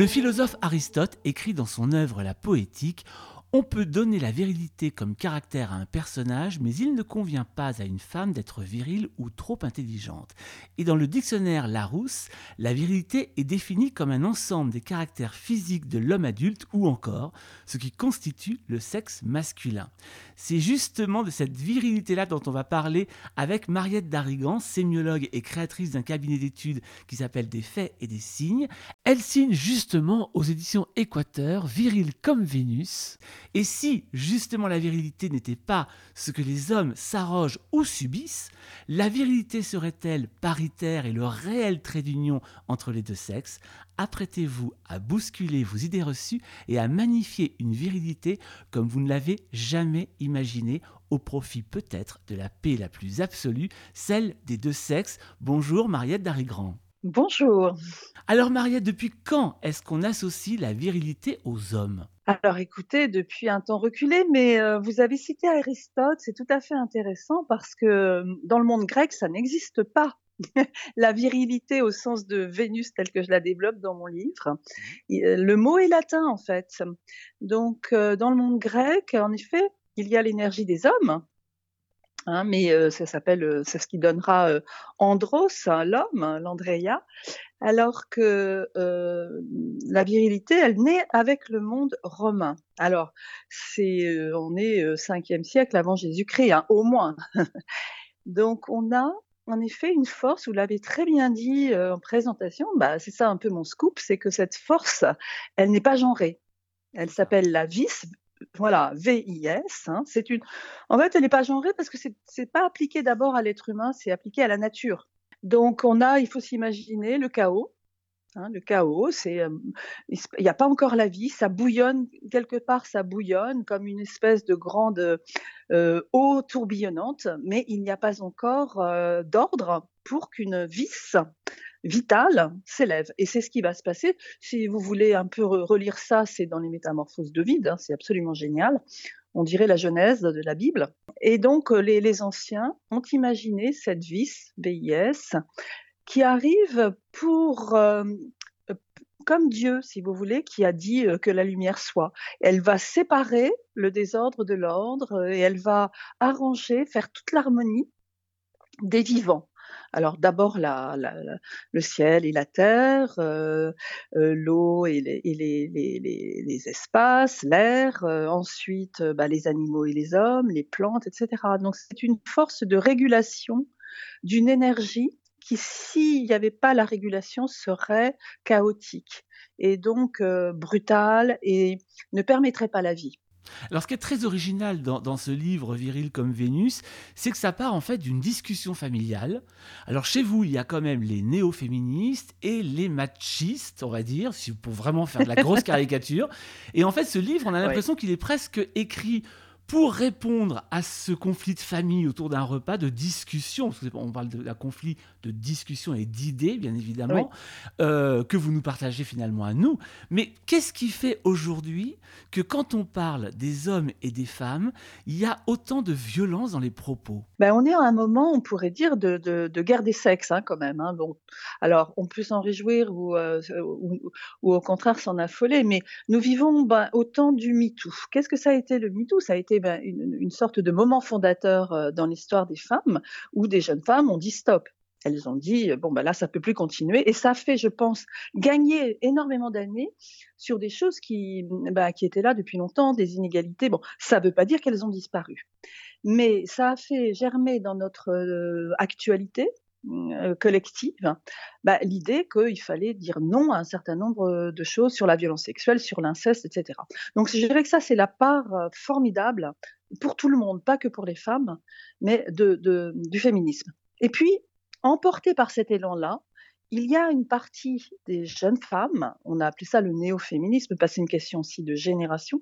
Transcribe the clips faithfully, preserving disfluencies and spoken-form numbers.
Le philosophe Aristote écrit dans son œuvre La Poétique: on peut donner la virilité comme caractère à un personnage, mais il ne convient pas à une femme d'être virile ou trop intelligente. Et dans le dictionnaire Larousse, la virilité est définie comme un ensemble des caractères physiques de l'homme adulte ou encore ce qui constitue le sexe masculin. C'est justement de cette virilité-là dont on va parler avec Mariette Darrigan, sémiologue et créatrice d'un cabinet d'études qui s'appelle Des faits et des signes. Elle signe justement aux éditions Équateur Viril comme Vénus. Et si justement la virilité n'était pas ce que les hommes s'arrogent ou subissent, la virilité serait-elle paritaire et le réel trait d'union entre les deux sexes? Apprêtez-vous à bousculer vos idées reçues et à magnifier une virilité comme vous ne l'avez jamais imaginé, au profit peut-être de la paix la plus absolue, celle des deux sexes. Bonjour Mariette Darrigan. Bonjour. Alors Mariette, depuis quand est-ce qu'on associe la virilité aux hommes? Alors écoutez, depuis un temps reculé, mais heu, vous avez cité Aristote, c'est tout à fait intéressant parce que, hem, dans le monde grec, ça n'existe pas. La virilité au sens de Vénus telle que je la développe dans mon livre. Mmh. Et heu, le mot est latin en fait. Donc heu, dans le monde grec, en effet, il y a l'énergie des hommes, hein, mais heu, ça s'appelle, heu, c'est ce qui donnera, heu, andros, hein, l'homme, l'andreia. Alors que, heu, la virilité, elle naît avec le monde romain. Alors, c'est, heu, on est, heu, cinquième siècle avant Jésus-Christ, hein, au moins. Donc on a, en effet, une force, vous l'avez très bien dit, heu, en présentation, bah, c'est ça un peu mon scoop, c'est que cette force, elle n'est pas genrée. Elle C'est ça. s'appelle la vis, voilà, V I S, hein. C'est une En fait, elle n'est pas genrée parce que c'est c'est pas appliqué d'abord à l'être humain, c'est appliqué à la nature. Donc on a il faut s'imaginer le chaos. Hein, le chaos, c'est, hem, il s il y a pas encore la vie, ça bouillonne, quelque part ça bouillonne comme une espèce de grande, heu eau tourbillonnante, mais il n'y a pas encore, heu, d'ordre pour qu'une vis vitale s'élève et c'est ce qui va se passer. Si vous voulez un peu re relire ça, c'est dans les Métamorphoses d'Ovide, hein, c'est absolument génial. On dirait la Genèse de la Bible et donc heu, les les anciens ont imaginé cette vis, V I S, qui arrive pour, hem, heu, comme Dieu, si vous voulez, qui a dit, heu, que la lumière soit. Elle va séparer le désordre de l'ordre, heu, et elle va arranger, faire toute l'harmonie des vivants. Alors d'abord la la la le ciel et la terre, heu heu, l'eau et les et les les les les espaces, l'air, heu, ensuite, heu, bah, les animaux et les hommes, les plantes et cetera. Donc c'est une force de régulation d'une énergie qui, s'il n'y avait pas la régulation, serait chaotique et donc heu, brutale et ne permettrait pas la vie. Alors, ce qui est très original dans, dans ce livre Viril comme Vénus, c'est que ça part en fait d'une discussion familiale. Alors, chez vous, il y a quand même les néo-féministes et les machistes, on va dire, si- pour vraiment faire de la grosse caricature. Et en fait, ce livre, on a Oui. l'impression qu'il est presque écrit pour répondre à ce conflit de famille autour d'un repas, de discussion, parce qu'on parle d'un conflit de discussion et d'idées, bien Oui. évidemment, euh, que vous nous partagez finalement à nous. Mais qu'est-ce qui fait aujourd'hui que quand on parle des hommes et des femmes, il y a autant de violence dans les propos? Ben, on est à un moment, on pourrait dire, de de de guerre des sexes, hein, quand même, hein, bon. Alors, on peut s'en réjouir ou, heu, se ou ou au contraire s'en affoler, mais nous vivons, ben, au temps du MeToo. Qu'est-ce que ça a été le MeToo? Ça a été, ben, une une sorte de moment fondateur, heu, dans l'histoire des femmes, où des jeunes femmes ont dit: «Stop». Elles ont dit: «Bon, ben, là, ça peut plus continuer» et ça a fait, je pense, gagner énormément d'années sur des choses qui, mmh, bah, qui étaient là depuis longtemps, des inégalités. Bon, ça veut pas dire qu'elles ont disparu. Mais ça a fait germer dans notre, heu, actualité, mmh, collective, bah, l'idée qu'il fallait dire non à un certain nombre, heu, de choses sur la violence sexuelle, sur l'inceste et cetera. Donc je dirais que ça, c'est la part, heu, formidable pour tout le monde, pas que pour les femmes, mais de de du féminisme. Et puis, emportées par cet élan-là, il y a une partie des jeunes femmes, on a appelé ça le néo-féminisme parce que c'est une question aussi de génération,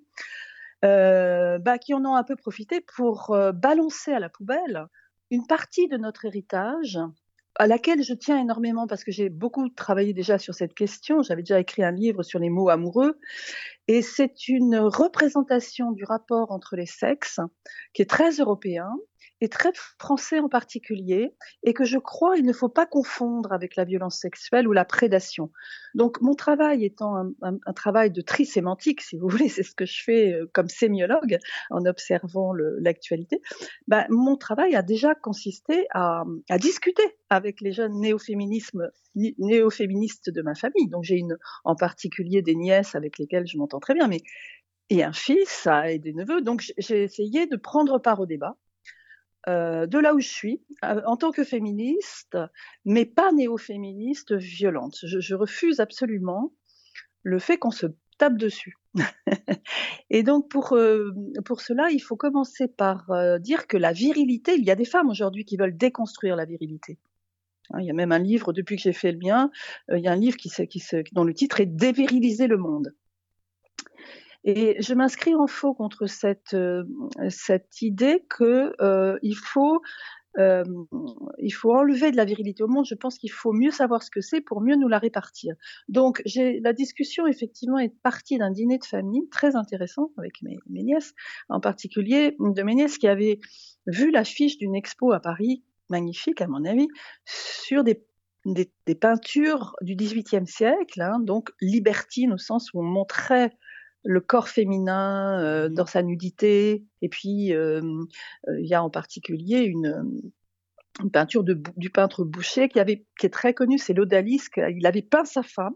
heu, bah, qui en ont un peu profité pour, heu, balancer à la poubelle une partie de notre héritage, à laquelle je tiens énormément parce que j'ai beaucoup travaillé déjà sur cette question. J'avais déjà écrit un livre sur les mots amoureux et c'est une représentation du rapport entre les sexes qui est très européen est très français en particulier et que je crois il ne faut pas confondre avec la violence sexuelle ou la prédation. Donc mon travail étant un, un, un travail de tri sémantique, si vous voulez, c'est ce que je fais euh, comme sémiologue en observant le, l'actualité, ben, mon travail a déjà consisté à, à discuter avec les jeunes néo-féminismes, néo-féministes de ma famille. Donc j'ai une, en particulier des nièces avec lesquelles je m'entends très bien, mais et un fils et des neveux. Donc j'ai essayé de prendre part au débat. Euh, de là où je suis, euh, en tant que féministe, mais pas néo-féministe violente. Je, je refuse absolument le fait qu'on se tape dessus. Et donc pour, euh, pour cela, il faut commencer par euh, dire que la virilité, il y a des femmes aujourd'hui qui veulent déconstruire la virilité. Hein, il y a même un livre, depuis que j'ai fait le mien, euh, il y a un livre qui, qui, dont le titre est « Déviriliser le monde ». Et je m'inscris en faux contre cette, euh, cette idée qu'il euh, faut, euh, il faut enlever de la virilité au monde. Je pense qu'il faut mieux savoir ce que c'est pour mieux nous la répartir. Donc j'ai, la discussion effectivement est partie d'un dîner de famille très intéressant avec mes, mes nièces, en particulier une de mes nièces qui avait vu l'affiche d'une expo à Paris, magnifique à mon avis, sur des Des, des peintures du dix-huitième siècle, hein, donc libertines au sens où on montrait le corps féminin euh, dans sa nudité. Et puis, euh, euh, il y a en particulier une, une peinture de, du peintre Boucher qui, avait, qui est très connu, c'est l'Odalisque. Il avait peint sa femme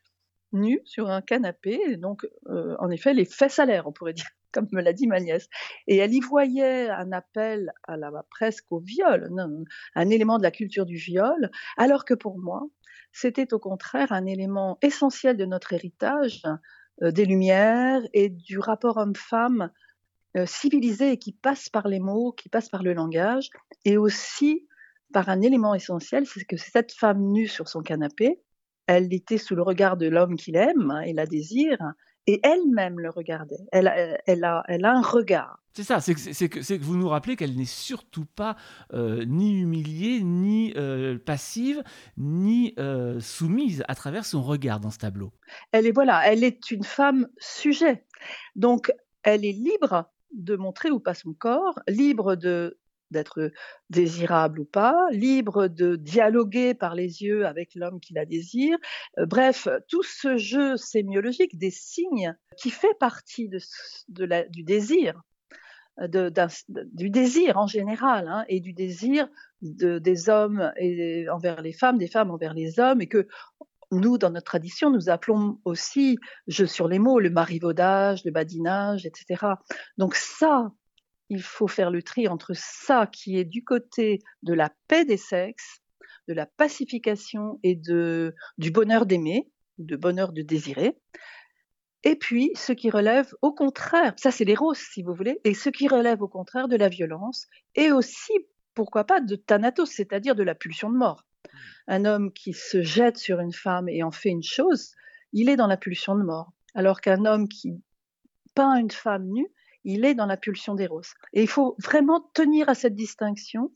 nue sur un canapé, et donc, euh, en effet, les fesses à l'air, on pourrait dire, comme me l'a dit ma nièce. Et elle y voyait un appel à la, presque au viol, non, un élément de la culture du viol, alors que pour moi, c'était au contraire un élément essentiel de notre héritage, euh, des Lumières et du rapport homme-femme euh, civilisé et qui passe par les mots, qui passe par le langage, et aussi par un élément essentiel, c'est que cette femme nue sur son canapé, elle était sous le regard de l'homme qu'il aime hein, et la désire, et elle-même le regardait. Elle, elle, elle, a, elle a un regard. C'est ça, c'est que, c'est, que, c'est que vous nous rappelez qu'elle n'est surtout pas euh, ni humiliée, ni euh, passive, ni euh, soumise à travers son regard dans ce tableau. Elle est, voilà, elle est une femme sujet. Donc, elle est libre de montrer ou pas son corps, libre de d'être désirable ou pas, libre de dialoguer par les yeux avec l'homme qui la désire. Euh, bref, tout ce jeu sémiologique des signes qui fait partie de, de la, du désir, de, de, du désir en général, hein, et du désir de, des hommes et envers les femmes, des femmes envers les hommes, et que nous, dans notre tradition, nous appelons aussi, jeu sur les mots, le marivaudage, le badinage, et cetera. Donc ça, il faut faire le tri entre ça qui est du côté de la paix des sexes, de la pacification et de, du bonheur d'aimer, du bonheur de désirer, et puis ce qui relève au contraire, ça c'est l'éros si vous voulez, et ce qui relève au contraire de la violence, et aussi, pourquoi pas, de thanatos, c'est-à-dire de la pulsion de mort. Un homme qui se jette sur une femme et en fait une chose, il est dans la pulsion de mort. Alors qu'un homme qui peint une femme nue, il est dans la pulsion d'éros. Et il faut vraiment tenir à cette distinction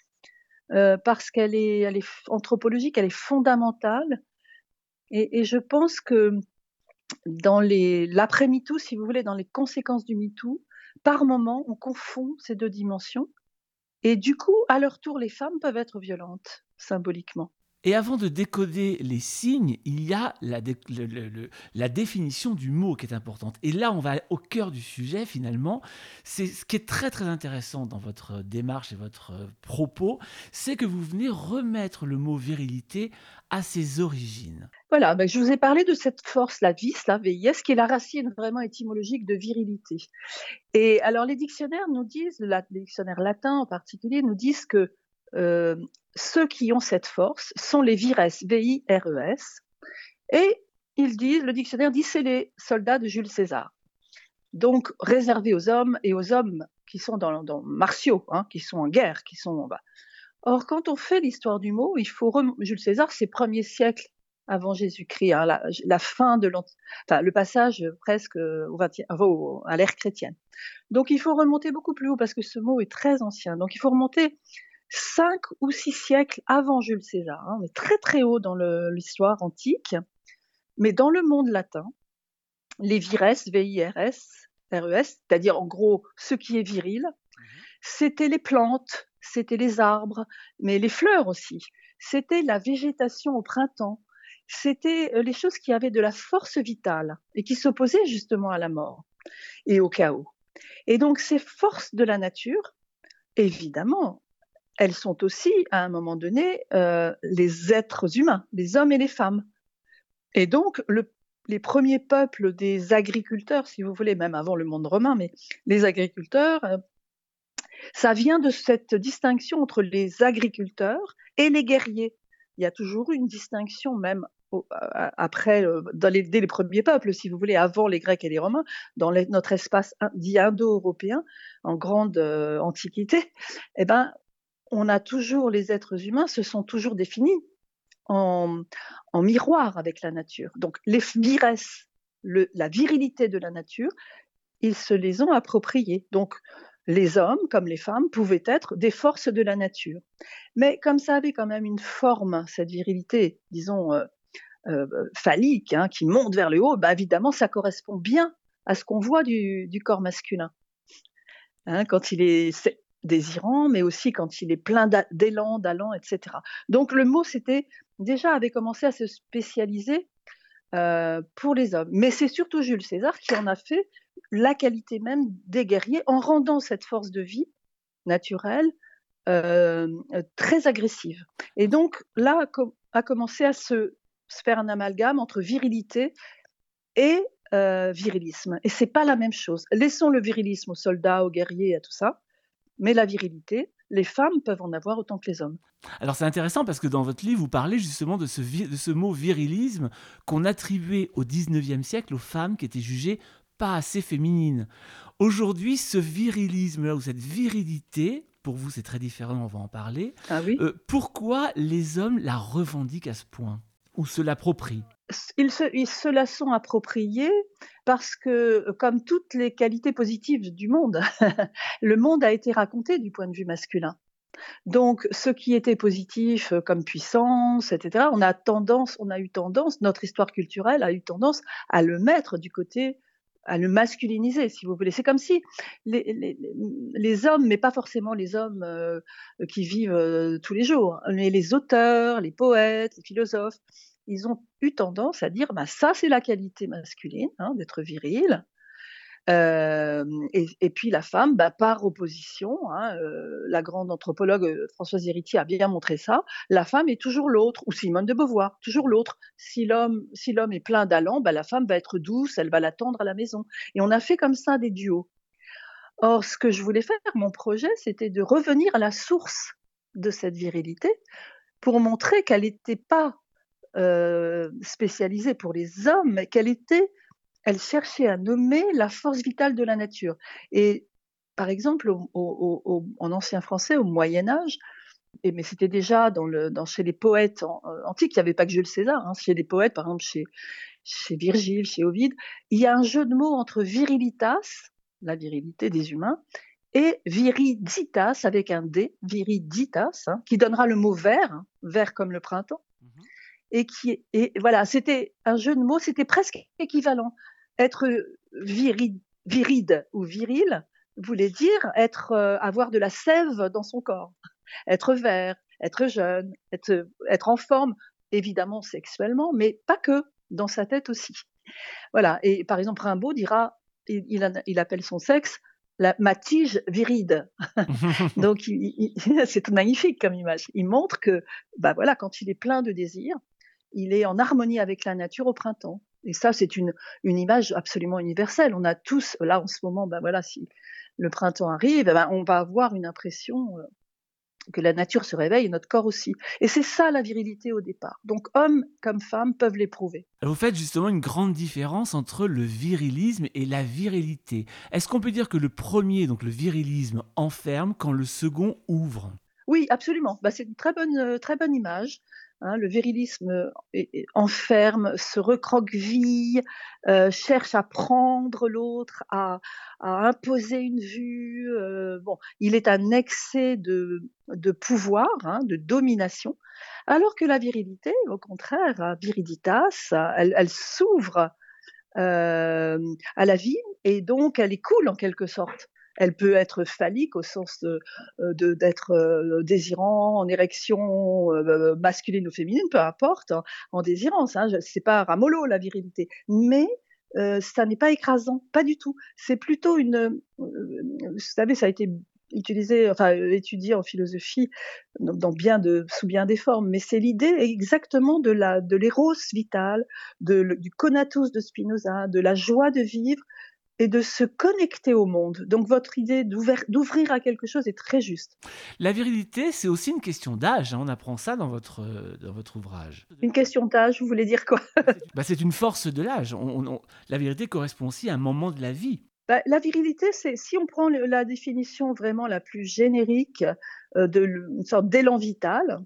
euh, parce qu'elle est, elle est anthropologique, elle est fondamentale. Et, et je pense que dans les, l'après-MeToo, si vous voulez, dans les conséquences du MeToo, par moment, on confond ces deux dimensions. Et du coup, à leur tour, les femmes peuvent être violentes, symboliquement. Et avant de décoder les signes, il y a la, dé- le- le- le- la définition du mot qui est importante. Et là, on va au cœur du sujet, finalement. C'est ce qui est très, très intéressant dans votre démarche et votre euh, propos, c'est que vous venez remettre le mot virilité à ses origines. Voilà, ben je vous ai parlé de cette force, la vis, la V I S, qui est la racine vraiment étymologique de virilité. Et alors, les dictionnaires nous disent, les dictionnaires latins en particulier, nous disent que euh, ceux qui ont cette force sont les vires, V I R E S, et ils disent, le dictionnaire dit c'est les soldats de Jules César. Donc réservés aux hommes et aux hommes qui sont dans, dans martiaux, hein, qui sont en guerre, qui sont. Bah. Or, quand on fait l'histoire du mot, il faut rem... Jules César, c'est premier siècle avant Jésus-Christ, hein, la, la fin de l'Antiquité, enfin le passage presque au vingtième, au, à l'ère chrétienne. Donc il faut remonter beaucoup plus haut parce que ce mot est très ancien. Donc il faut remonter cinq ou six siècles avant Jules César. Hein. On est très très haut dans le, l'histoire antique, mais dans le monde latin, les vires, V I R S, R E S, c'est-à-dire en gros ce qui est viril, c'était les plantes, c'était les arbres, mais les fleurs aussi. C'était la végétation au printemps. C'était euh, les choses qui avaient de la force vitale et qui s'opposaient justement à la mort et au chaos. Et donc ces forces de la nature, évidemment, elles sont aussi, à un moment donné, euh, les êtres humains, les hommes et les femmes. Et donc, le, les premiers peuples des agriculteurs, si vous voulez, même avant le monde romain, mais les agriculteurs, euh, ça vient de cette distinction entre les agriculteurs et les guerriers. Il y a toujours eu une distinction, même au, après, euh, dans les, dès les premiers peuples, si vous voulez, avant les Grecs et les Romains, dans les, notre espace dit indo-européen, en grande euh, antiquité, eh ben, on a toujours, les êtres humains se sont toujours définis en, en miroir avec la nature. Donc, les viresses, le, la virilité de la nature, ils se les ont appropriées. Donc, les hommes, comme les femmes, pouvaient être des forces de la nature. Mais comme ça avait quand même une forme, cette virilité, disons, euh, euh, phallique, hein, qui monte vers le haut, bah, évidemment, ça correspond bien à ce qu'on voit du, du corps masculin. Hein, quand il est désirant, mais aussi quand il est plein d'élan, d'allant, et cetera. Donc le mot, c'était déjà avait commencé à se spécialiser euh, pour les hommes. Mais c'est surtout Jules César qui en a fait la qualité même des guerriers en rendant cette force de vie naturelle euh, très agressive. Et donc là a commencé à se, se faire un amalgame entre virilité et euh, virilisme. Et c'est pas la même chose. Laissons le virilisme aux soldats, aux guerriers, à tout ça. Mais la virilité, les femmes peuvent en avoir autant que les hommes. Alors c'est intéressant parce que dans votre livre, vous parlez justement de ce, vi- de ce mot virilisme qu'on attribuait au dix-neuvième siècle aux femmes qui étaient jugées pas assez féminines. Aujourd'hui, ce virilisme-là, ou cette virilité, pour vous c'est très différent, on va en parler, ah oui euh, pourquoi les hommes la revendiquent à ce point ou se l'approprient? Ils se, ils se la sont appropriés parce que, comme toutes les qualités positives du monde, le monde a été raconté du point de vue masculin. Donc, ce qui était positif comme puissance, et cetera, on a tendance, on a eu tendance, notre histoire culturelle a eu tendance à le mettre du côté, à le masculiniser, si vous voulez. C'est comme si les, les, les hommes, mais pas forcément les hommes euh, qui vivent euh, tous les jours, mais les auteurs, les poètes, les philosophes, ils ont eu tendance à dire, bah, ça c'est la qualité masculine, hein, d'être viril. Euh, et, et puis la femme, bah, par opposition, hein, euh, la grande anthropologue euh, Françoise Héritier a bien montré ça, la femme est toujours l'autre, ou Simone de Beauvoir, toujours l'autre. Si l'homme, si l'homme est plein d'allant, bah, la femme va être douce, elle va l'attendre à la maison. Et on a fait comme ça des duos. Or, ce que je voulais faire, mon projet, c'était de revenir à la source de cette virilité pour montrer qu'elle n'était pas euh, spécialisée pour les hommes, mais qu'elle était elle cherchait à nommer la force vitale de la nature. Et par exemple, au, au, au, en ancien français, au Moyen Âge, et, mais c'était déjà dans le, dans, chez les poètes en, euh, antiques, il n'y avait pas que Jules César, hein, chez les poètes, par exemple chez, chez Virgile, chez Ovide, il y a un jeu de mots entre virilitas, la virilité des humains, et viriditas, avec un D, viriditas, hein, qui donnera le mot vert, hein, vert comme le printemps. Mm-hmm. Et, qui, et voilà, c'était un jeu de mots, c'était presque équivalent. Être viride, viride ou viril voulait dire être, euh, avoir de la sève dans son corps, être vert, être jeune, être, être en forme, évidemment sexuellement, mais pas que, dans sa tête aussi. Voilà. Et par exemple, Rimbaud dira, il, il, il appelle son sexe la, ma tige viride. Donc, il, il, c'est magnifique comme image. Il montre que, bah voilà, quand il est plein de désirs, il est en harmonie avec la nature au printemps. Et ça, c'est une, une image absolument universelle. On a tous, là en ce moment, ben voilà, si le printemps arrive, ben on va avoir une impression que la nature se réveille et notre corps aussi. Et c'est ça la virilité au départ. Donc hommes comme femmes peuvent l'éprouver. Vous faites justement une grande différence entre le virilisme et la virilité. Est-ce qu'on peut dire que le premier, donc le virilisme, enferme quand le second ouvre ? Oui, absolument. Bah, c'est une très bonne, très bonne image. Hein, le virilisme enferme, se recroqueville, euh, cherche à prendre l'autre, à, à imposer une vue. Euh, bon, il est un excès de, de pouvoir, hein, de domination, alors que la virilité, au contraire, viriditas, elle, elle s'ouvre euh, à la vie et donc elle est cool en quelque sorte. Elle peut être phallique au sens de, euh, de- d'être euh, désirant, en érection, euh, masculine ou féminine, peu importe, hein, en désirance. Hein, je- c'est pas ramollo la virilité, mais euh, ça n'est pas écrasant, pas du tout. C'est plutôt une, euh, vous savez, ça a été utilisé, enfin euh, étudié en philosophie dans, dans bien de, sous bien des formes, mais c'est l'idée exactement de la de l'éros vital, de, le- du conatus de Spinoza, de la joie de vivre et de se connecter au monde. Donc votre idée d'ouvrir, d'ouvrir à quelque chose est très juste. La virilité, c'est aussi une question d'âge, hein, on apprend ça dans votre, euh, dans votre ouvrage. Une question d'âge, vous voulez dire quoi? Bah, c'est une force de l'âge. On- on- on- la virilité correspond aussi à un moment de la vie. Bah, la virilité, c'est si on prend le- la définition vraiment la plus générique euh, de l- une sorte d'élan vital,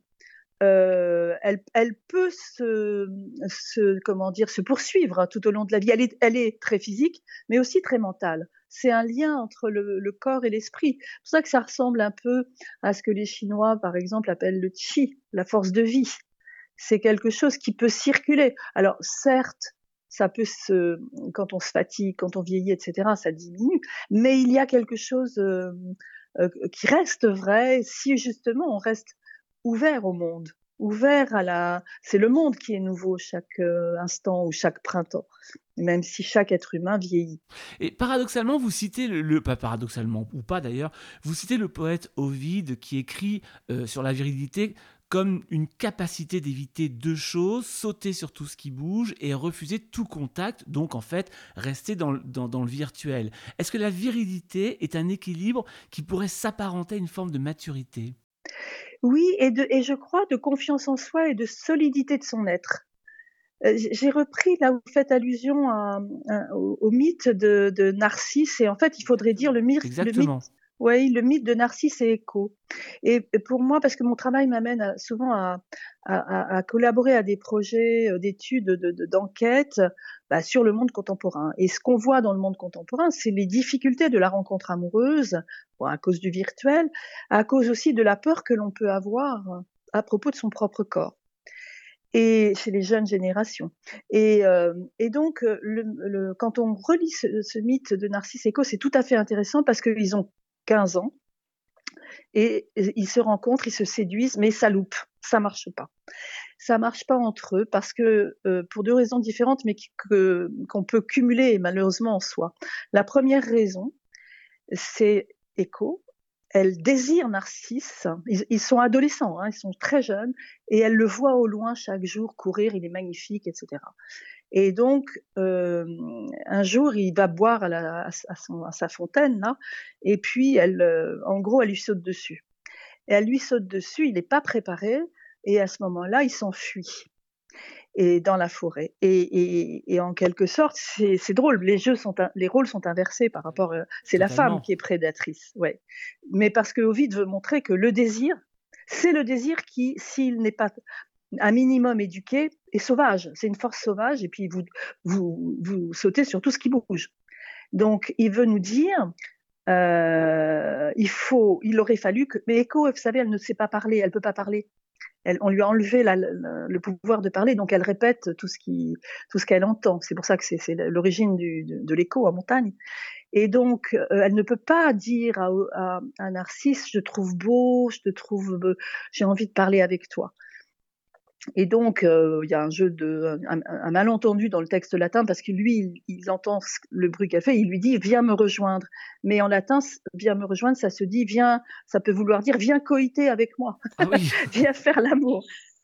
euh, elle, elle peut se, se, comment dire, se poursuivre hein, tout au long de la vie. Elle est, elle est très physique, mais aussi très mentale. C'est un lien entre le, le corps et l'esprit. C'est pour ça que ça ressemble un peu à ce que les Chinois, par exemple, appellent le qi, la force de vie. C'est quelque chose qui peut circuler. Alors certes, ça peut se, quand on se fatigue, quand on vieillit, et cetera, ça diminue. Mais il y a quelque chose euh, euh, qui reste vrai si justement on reste ouvert au monde, ouvert à la. C'est le monde qui est nouveau chaque euh, instant ou chaque printemps, même si chaque être humain vieillit. Et paradoxalement, vous citez le, le- pas paradoxalement ou pas d'ailleurs, vous citez le poète Ovide qui écrit euh, sur la virilité comme une capacité d'éviter deux choses, sauter sur tout ce qui bouge et refuser tout contact, donc en fait rester dans, le- dans, dans le virtuel. Est-ce que la virilité est un équilibre qui pourrait s'apparenter à une forme de maturité? Oui, et, de, et je crois de confiance en soi et de solidité de son être. Euh, J'ai repris là où vous faites allusion à, à- au, au mythe de, de Narcisse et en fait il faudrait dire le Exactement. mythe, le mythe, Exactement. ouais, le mythe de Narcisse et Écho. Et et pour moi, parce que mon travail m'amène à- souvent à, à- à- à collaborer à des projets euh, d'études, de- de- d'enquête bah, sur le monde contemporain. Et ce qu'on voit dans le monde contemporain, c'est les difficultés de la rencontre amoureuse, bon, à cause du virtuel, à cause aussi de la peur que l'on peut avoir à propos de son propre corps et chez les jeunes générations. Et, euh, et donc, euh, le, le, quand on relit ce, ce mythe de Narcisse et Écho, c'est tout à fait intéressant parce qu'ils ont quinze ans et ils se rencontrent, ils se séduisent, mais ça loupe, ça marche pas. Ça marche pas entre eux parce que euh, pour deux raisons différentes, mais que, qu'on peut cumuler malheureusement en soi. La première raison, c'est Écho. Elle désire Narcisse. Ils, ils sont adolescents, hein, ils sont très jeunes, et elle le voit au loin chaque jour courir. Il est magnifique, et cetera. Et donc, euh, un jour, il va boire à, la, à, son, à sa fontaine là, et puis elle, euh, en gros, elle lui saute dessus. Et elle lui saute dessus. Il n'est pas préparé, et à ce moment-là, il s'enfuit et dans la forêt. Et, et, et en quelque sorte, c'est, c'est drôle. Les jeux sont, les rôles sont inversés par rapport. À, c'est la femme Totalement. qui est prédatrice, ouais. Mais parce que Ovid veut montrer que le désir, c'est le désir qui, s'il n'est pas un minimum éduqué, est sauvage. C'est une force sauvage. Et puis vous, vous, vous sautez sur tout ce qui bouge. Donc, il veut nous dire. Euh, il faut, il aurait fallu que, mais Echo, vous savez, elle ne sait pas parler, elle peut pas parler. Elle, on lui a enlevé la, la, le pouvoir de parler, donc elle répète tout ce qui, tout ce qu'elle entend. C'est pour ça que c'est, c'est l'origine du, de, de l'écho en montagne. Et donc, euh, elle ne peut pas dire à, à, à Narcisse, je te trouve beau, je te trouve, j'ai envie de parler avec toi. Et donc, euh, il y a un jeu de, un, un malentendu dans le texte latin parce que lui, il, il entend le bruit qu'elle fait, il lui dit viens me rejoindre. Mais en latin, viens me rejoindre, ça se dit viens, ça peut vouloir dire viens coïter avec moi, Ah oui. viens faire l'amour.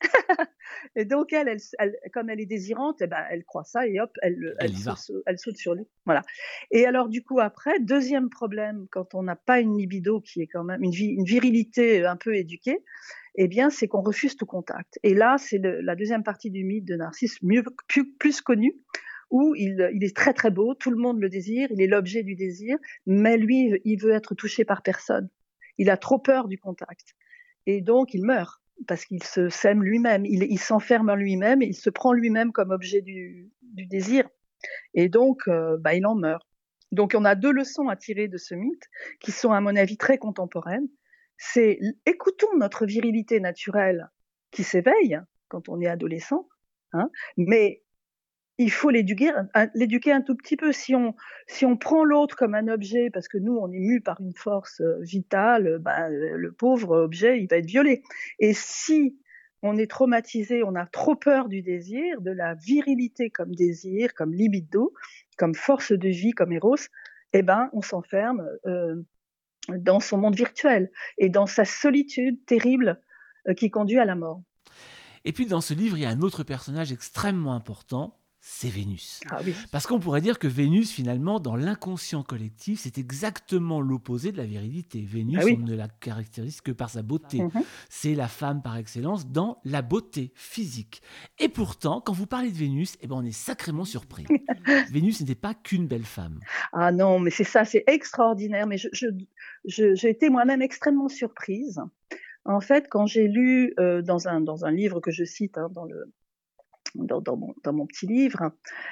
Et donc elle, elle, elle, comme elle est désirante, eh ben, elle croit ça et hop, elle, elle, Elle y va. saute, elle saute sur lui. Voilà. Et alors du coup après, deuxième problème, quand on n'a pas une libido qui est quand même une, une virilité un peu éduquée, eh bien c'est qu'on refuse tout contact. Et là, c'est le, la deuxième partie du mythe de Narcisse, mieux, plus, plus connue, où il, il est très très beau, tout le monde le désire, il est l'objet du désir, mais lui, il veut être touché par personne. Il a trop peur du contact. Et donc il meurt parce qu'il se sème lui-même, il, il s'enferme en lui-même, et il se prend lui-même comme objet du, du désir, et donc euh, bah, il en meurt. Donc on a deux leçons à tirer de ce mythe, qui sont à mon avis très contemporaines. C'est écoutons notre virilité naturelle qui s'éveille quand on est adolescent, hein, mais il faut l'éduquer un l'éduquer un tout petit peu. Si on si on prend l'autre comme un objet, parce que nous, on est mus par une force, heu, vitale, heu, bah, heu, le pauvre objet, il va être violé. Et si on est traumatisé, on a trop peur du désir, de la virilité comme désir, comme libido, comme force de vie, comme Eros, eh ben, on s'enferme, heu, dans son monde virtuel et dans sa solitude terrible, heu, qui conduit à la mort. Et puis dans ce livre, il y a un autre personnage extrêmement important, c'est Vénus. Ah oui. Parce qu'on pourrait dire que Vénus, finalement, dans l'inconscient collectif, c'est exactement l'opposé de la virilité. Bah Vénus, on oui. ne la caractérise que par sa beauté. Mmh. C'est la femme par excellence dans la beauté physique. Et pourtant, quand vous parlez de Vénus, eh ben, on est sacrément surpris. Vénus n'était pas qu'une belle femme. Ah non, mais c'est ça, c'est extraordinaire, mais je je je j'ai été moi-même extrêmement surprise. En fait, quand j'ai lu, heu, dans un dans un livre que je cite, hein, dans le dans dans mon dans mon petit livre,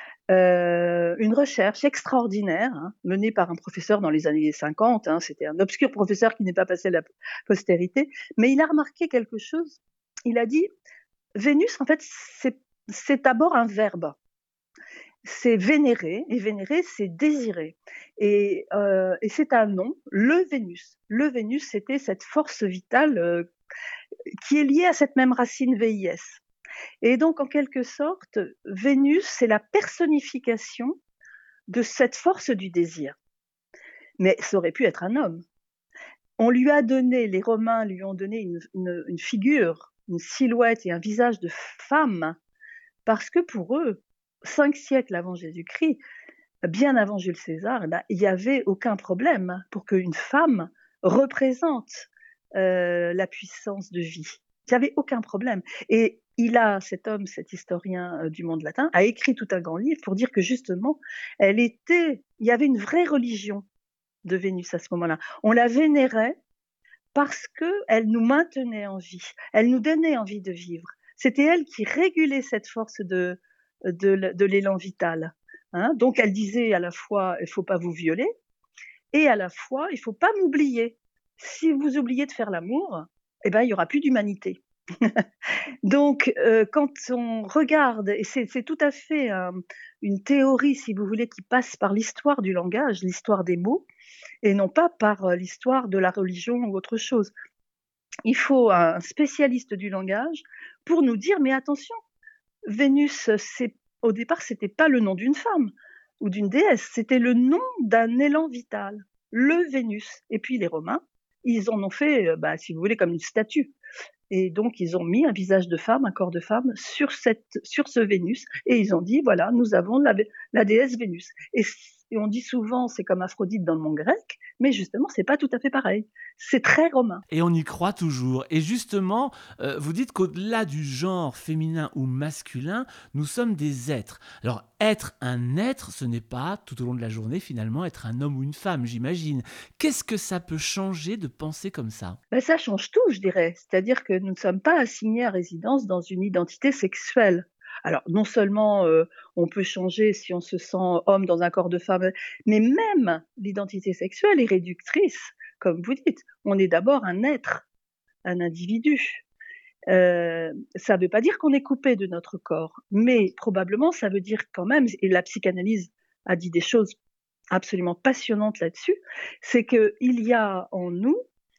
heu, une recherche extraordinaire, hein, menée par un professeur dans les années cinquante, hein, c'était un obscur professeur qui n'est pas passé à la postérité, mais il a remarqué quelque chose. Il a dit: «Vénus, en fait, c'est c'est d'abord un verbe». C'est vénérer, et vénérer, c'est désirer. Et, heu, et c'est un nom, le Vénus. Le Vénus, c'était cette force vitale, heu, qui est liée à cette même racine V I S. Et donc, en quelque sorte, Vénus, c'est la personnification de cette force du désir. Mais ça aurait pu être un homme. On lui a donné, les Romains lui ont donné une, une, une figure, une silhouette et un visage de femme, parce que pour eux, cinq siècles avant Jésus-Christ, bien avant Jules César, eh ben, il n'y avait aucun problème pour qu'une femme représente euh, la puissance de vie. Il n'y avait aucun problème. Et il a, cet homme, cet historien euh, du monde latin, a écrit tout un grand livre pour dire que justement, elle était, il y avait une vraie religion de Vénus à ce moment-là. On la vénérait parce qu'elle nous maintenait en vie, elle nous donnait envie de vivre. C'était elle qui régulait cette force de, de, de l'élan vital. Hein. Donc elle disait à la fois, il ne faut pas vous violer, et à la fois, il ne faut pas m'oublier. Si vous oubliez de faire l'amour, eh ben, il n'y aura plus d'humanité. Donc, euh, quand on regarde, et c'est, c'est tout à fait euh, une théorie, si vous voulez, qui passe par l'histoire du langage, l'histoire des mots, et non pas par euh, l'histoire de la religion ou autre chose. Il faut un spécialiste du langage pour nous dire, mais attention, Vénus, c'est, au départ, c'était pas le nom d'une femme ou d'une déesse, c'était le nom d'un élan vital, le Vénus. Et puis les Romains, ils en ont fait, euh, bah, si vous voulez, comme une statue. Et donc, ils ont mis un visage de femme, un corps de femme sur, cette, sur ce Vénus. Et ils ont dit, voilà, nous avons la, la déesse Vénus. Et, et on dit souvent, c'est comme Aphrodite dans le monde grec, mais justement, c'est pas tout à fait pareil. C'est très romain. Et on y croit toujours. Et justement, euh, vous dites qu'au-delà du genre féminin ou masculin, nous sommes des êtres. Alors, être un être, ce n'est pas, tout au long de la journée, finalement, être un homme ou une femme, j'imagine. Qu'est-ce que ça peut changer de penser comme ça ? Ben, ça change tout, je dirais. C'est-à-dire que nous ne sommes pas assignés à résidence dans une identité sexuelle. Alors, non seulement euh, on peut changer si on se sent homme dans un corps de femme, mais même l'identité sexuelle est réductrice. Comme vous dites, on est d'abord un être, un individu. Euh, ça ne veut pas dire qu'on est coupé de notre corps, mais probablement ça veut dire quand même, et la psychanalyse a dit des choses absolument passionnantes là-dessus, c'est qu'il y a en nous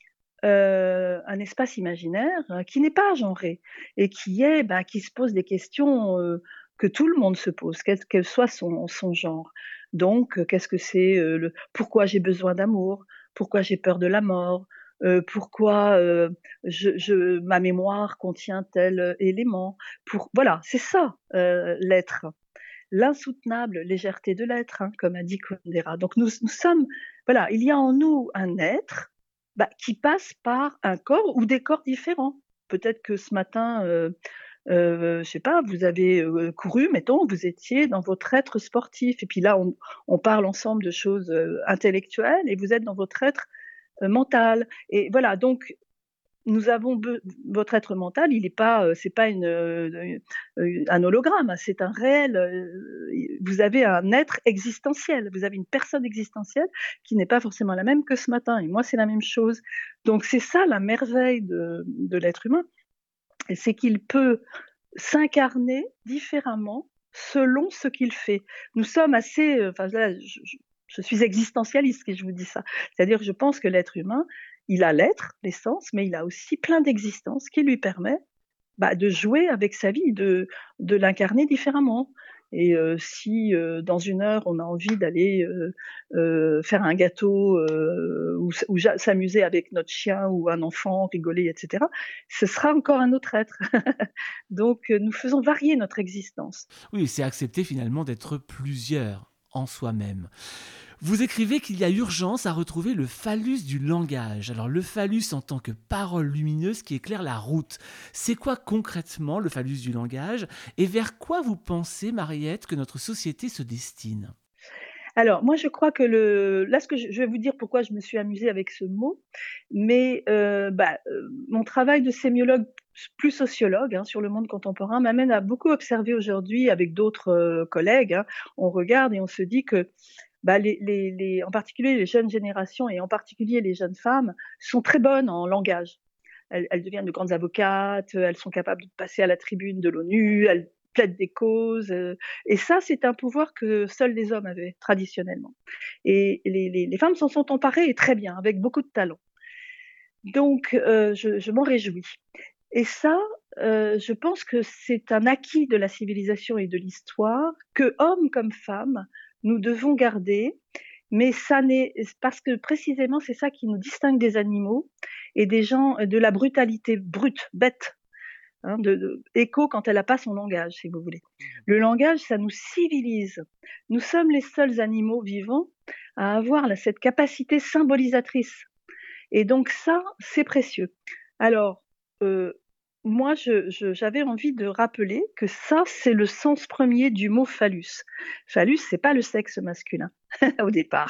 euh, un espace imaginaire euh, qui n'est pas genré et qui est, bah, qui se pose des questions euh, que tout le monde se pose, quel que soit son, son genre. Donc, euh, qu'est-ce que c'est euh, le, pourquoi j'ai besoin d'amour, pourquoi j'ai peur de la mort, euh, pourquoi euh, je, je, ma mémoire contient tel euh, élément. Pour, voilà, c'est ça euh, l'être, l'insoutenable légèreté de l'être, hein, comme a dit Kundera. Donc nous, nous sommes, voilà, il y a en nous un être bah, qui passe par un corps ou des corps différents. Peut-être que ce matin, euh, euh, je sais pas, vous avez euh, couru, mettons, vous étiez dans votre être sportif, et puis là, on, on parle ensemble de choses euh, intellectuelles, et vous êtes dans votre être euh, mental. Et voilà, donc nous avons be- votre être mental, il n'est pas, euh, c'est pas une, euh, euh, un hologramme, c'est un réel. euh, vous avez un être existentiel, vous avez une personne existentielle qui n'est pas forcément la même que ce matin. Et moi, c'est la même chose. Donc c'est ça la merveille de, de l'être humain, c'est qu'il peut s'incarner différemment selon ce qu'il fait. Nous sommes assez, heu, enfin là, je je je suis existentialiste si je vous dis ça. C'est-à-dire que je pense que l'être humain, il a l'être, l'essence, mais il a aussi plein d'existences qui lui permet, bah, de jouer avec sa vie, de de l'incarner différemment. Et heu, si, heu, dans une heure, on a envie d'aller, heu heu, faire un gâteau, heu, ou s ou ja s'amuser avec notre chien ou un enfant, rigoler et cetera, ce sera encore un autre être. Donc heu, nous faisons varier notre existence. Oui, c'est accepter finalement d'être plusieurs en soi-même. Vous écrivez qu'il y a urgence à retrouver le phallus du langage. Alors le phallus en tant que parole lumineuse qui éclaire la route. C'est quoi concrètement le phallus du langage et vers quoi vous pensez, Mariette, que notre société se destine? Alors moi, je crois que le là, ce que je je vais vous dire pourquoi je me suis amusée avec ce mot, mais heu, bah, heu, mon travail de sémiologue plus sociologue, hein, sur le monde contemporain m'amène à beaucoup observer aujourd'hui avec d'autres, heu, collègues, hein. On regarde et on se dit que, bah, les les les en particulier les jeunes générations et en particulier les jeunes femmes sont très bonnes en langage. Elles, elles deviennent de grandes avocates, elles sont capables de passer à la tribune de l'ONU, elles plaident des causes, euh, et ça, c'est un pouvoir que seuls les hommes avaient traditionnellement. Et les, les, les femmes s'en sont emparées et très bien, avec beaucoup de talent. Donc, euh, je, je m'en réjouis. Et ça, euh, je pense que c'est un acquis de la civilisation et de l'histoire que, hommes comme femmes, nous devons garder. Mais ça n'est parce que précisément c'est ça qui nous distingue des animaux et des gens de la brutalité brute, bête, hein, de, de écho quand elle n'a pas son langage, si vous voulez. Le langage, ça nous civilise. Nous sommes les seuls animaux vivants à avoir là, cette capacité symbolisatrice. Et donc ça, c'est précieux. Alors, euh, moi, je, je, j'avais envie de rappeler que ça, c'est le sens premier du mot phallus. Phallus, c'est pas le sexe masculin au départ.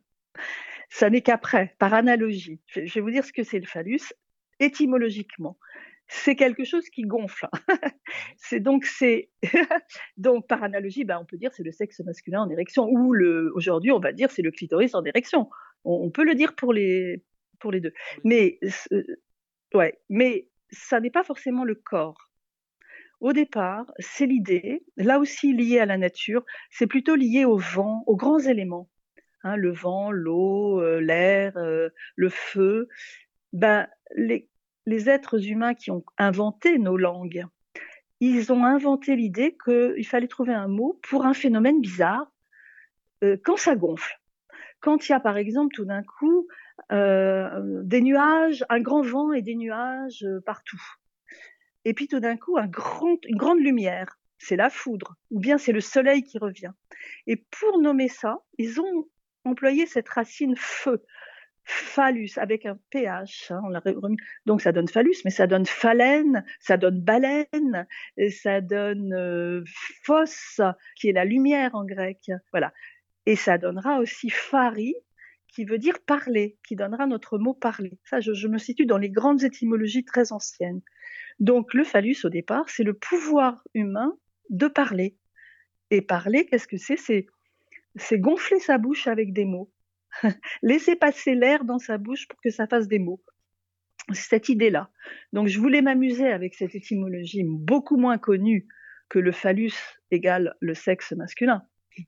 Ça n'est qu'après, par analogie. Je vais vous dire ce que c'est le phallus, étymologiquement. C'est quelque chose qui gonfle. C'est donc c'est donc par analogie, ben, on peut dire c'est le sexe masculin en érection ou le aujourd'hui on va dire c'est le clitoris en érection. On, on peut le dire pour les pour les deux. Mais euh, ouais, mais ça n'est pas forcément le corps. Au départ, c'est l'idée, là aussi liée à la nature, c'est plutôt lié au vent, aux grands éléments, hein, le vent, l'eau, euh, l'air, euh, le feu. Ben, les, les êtres humains qui ont inventé nos langues, ils ont inventé l'idée qu'il fallait trouver un mot pour un phénomène bizarre euh, quand ça gonfle. Quand il y a par exemple tout d'un coup euh, des nuages, un grand vent et des nuages euh, partout. Et puis tout d'un coup un grand, une grande lumière, c'est la foudre, ou bien c'est le soleil qui revient. Et pour nommer ça, ils ont employé cette racine feu, phallus avec un ph, hein, on l'a remis. Donc ça donne phallus, mais ça donne phalène, ça donne baleine, et ça donne euh, phos, qui est la lumière en grec. Voilà. Et ça donnera aussi phari, qui veut dire parler, qui donnera notre mot parler. Ça, je, je me situe dans les grandes étymologies très anciennes. Donc le phallus, au départ, c'est le pouvoir humain de parler. Et parler, qu'est-ce que c'est, c'est, c'est gonfler sa bouche avec des mots. Laisser passer l'air dans sa bouche pour que ça fasse des mots. C'est cette idée-là. Donc je voulais m'amuser avec cette étymologie beaucoup moins connue que le phallus égale le sexe masculin.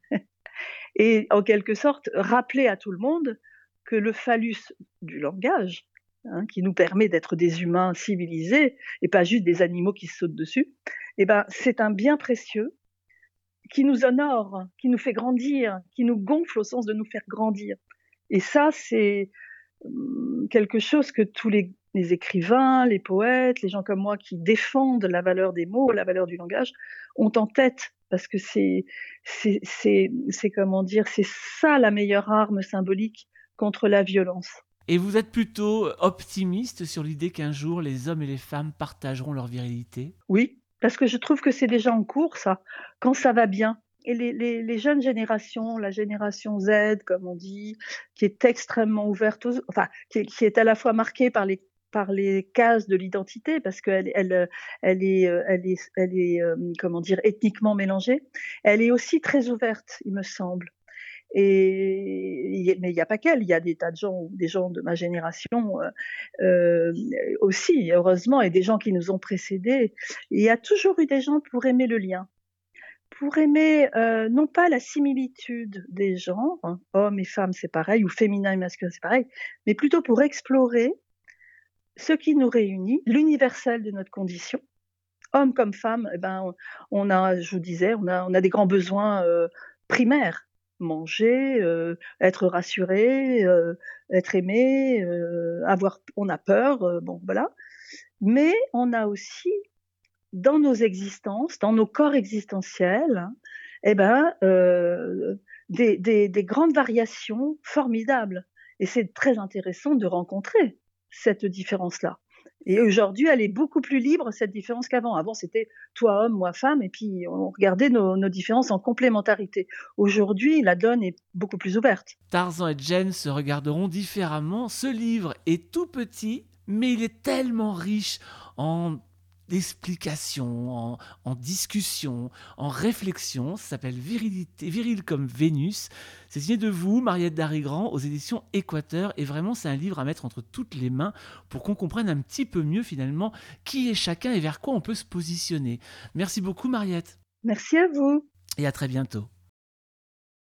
Et en quelque sorte, rappeler à tout le monde que le phallus du langage, hein, qui nous permet d'être des humains civilisés et pas juste des animaux qui se sautent dessus, eh ben, c'est un bien précieux qui nous honore, qui nous fait grandir, qui nous gonfle au sens de nous faire grandir. Et ça, c'est hum, quelque chose que tous les, les écrivains, les poètes, les gens comme moi qui défendent la valeur des mots, la valeur du langage, ont en tête, parce que c'est, c'est, c'est, c'est comment dire, c'est ça la meilleure arme symbolique contre la violence. Et vous êtes plutôt optimiste sur l'idée qu'un jour les hommes et les femmes partageront leur virilité? Oui, parce que je trouve que c'est déjà en cours, ça, quand ça va bien. Et les, les, les jeunes générations, la génération Z, comme on dit, qui est extrêmement ouverte, aux, enfin, qui est, qui est à la fois marquée par les par les cases de l'identité, parce qu'elle elle, elle est, elle est, elle est euh, comment dire, ethniquement mélangée. Elle est aussi très ouverte, il me semble. Et mais il n'y a pas qu'elle, il y a des tas de gens, des gens de ma génération euh, euh, aussi, heureusement, et des gens qui nous ont précédés. Il y a toujours eu des gens pour aimer le lien, pour aimer, heu, non pas la similitude des genres, hein, hommes et femmes c'est pareil ou féminin et masculin c'est pareil, mais plutôt pour explorer ce qui nous réunit, l'universel de notre condition. Hommes comme femmes, eh ben, on on a, je vous disais, on a on a des grands besoins, heu, primaires. Manger, heu, être rassuré, heu, être aimé, heu, avoir on a peur, heu, bon voilà. Mais on a aussi dans nos existences, dans nos corps existentiels, eh ben, heu, des des des grandes variations formidables et c'est très intéressant de rencontrer cette différence-là et aujourd'hui, elle est beaucoup plus libre cette différence qu'avant. Avant, c'était toi homme, moi femme et puis on regardait nos nos différences en complémentarité. Aujourd'hui, la donne est beaucoup plus ouverte. Tarzan et Jane se regarderont différemment. Ce livre est tout petit, mais il est tellement riche en explications, en, en discussions, en réflexions. Ça s'appelle Virilité, Viril comme Vénus. C'est signé de vous, Mariette Darigrand, aux éditions Équateur. Et vraiment, c'est un livre à mettre entre toutes les mains pour qu'on comprenne un petit peu mieux finalement qui est chacun et vers quoi on peut se positionner. Merci beaucoup, Mariette. Merci à vous. Et à très bientôt.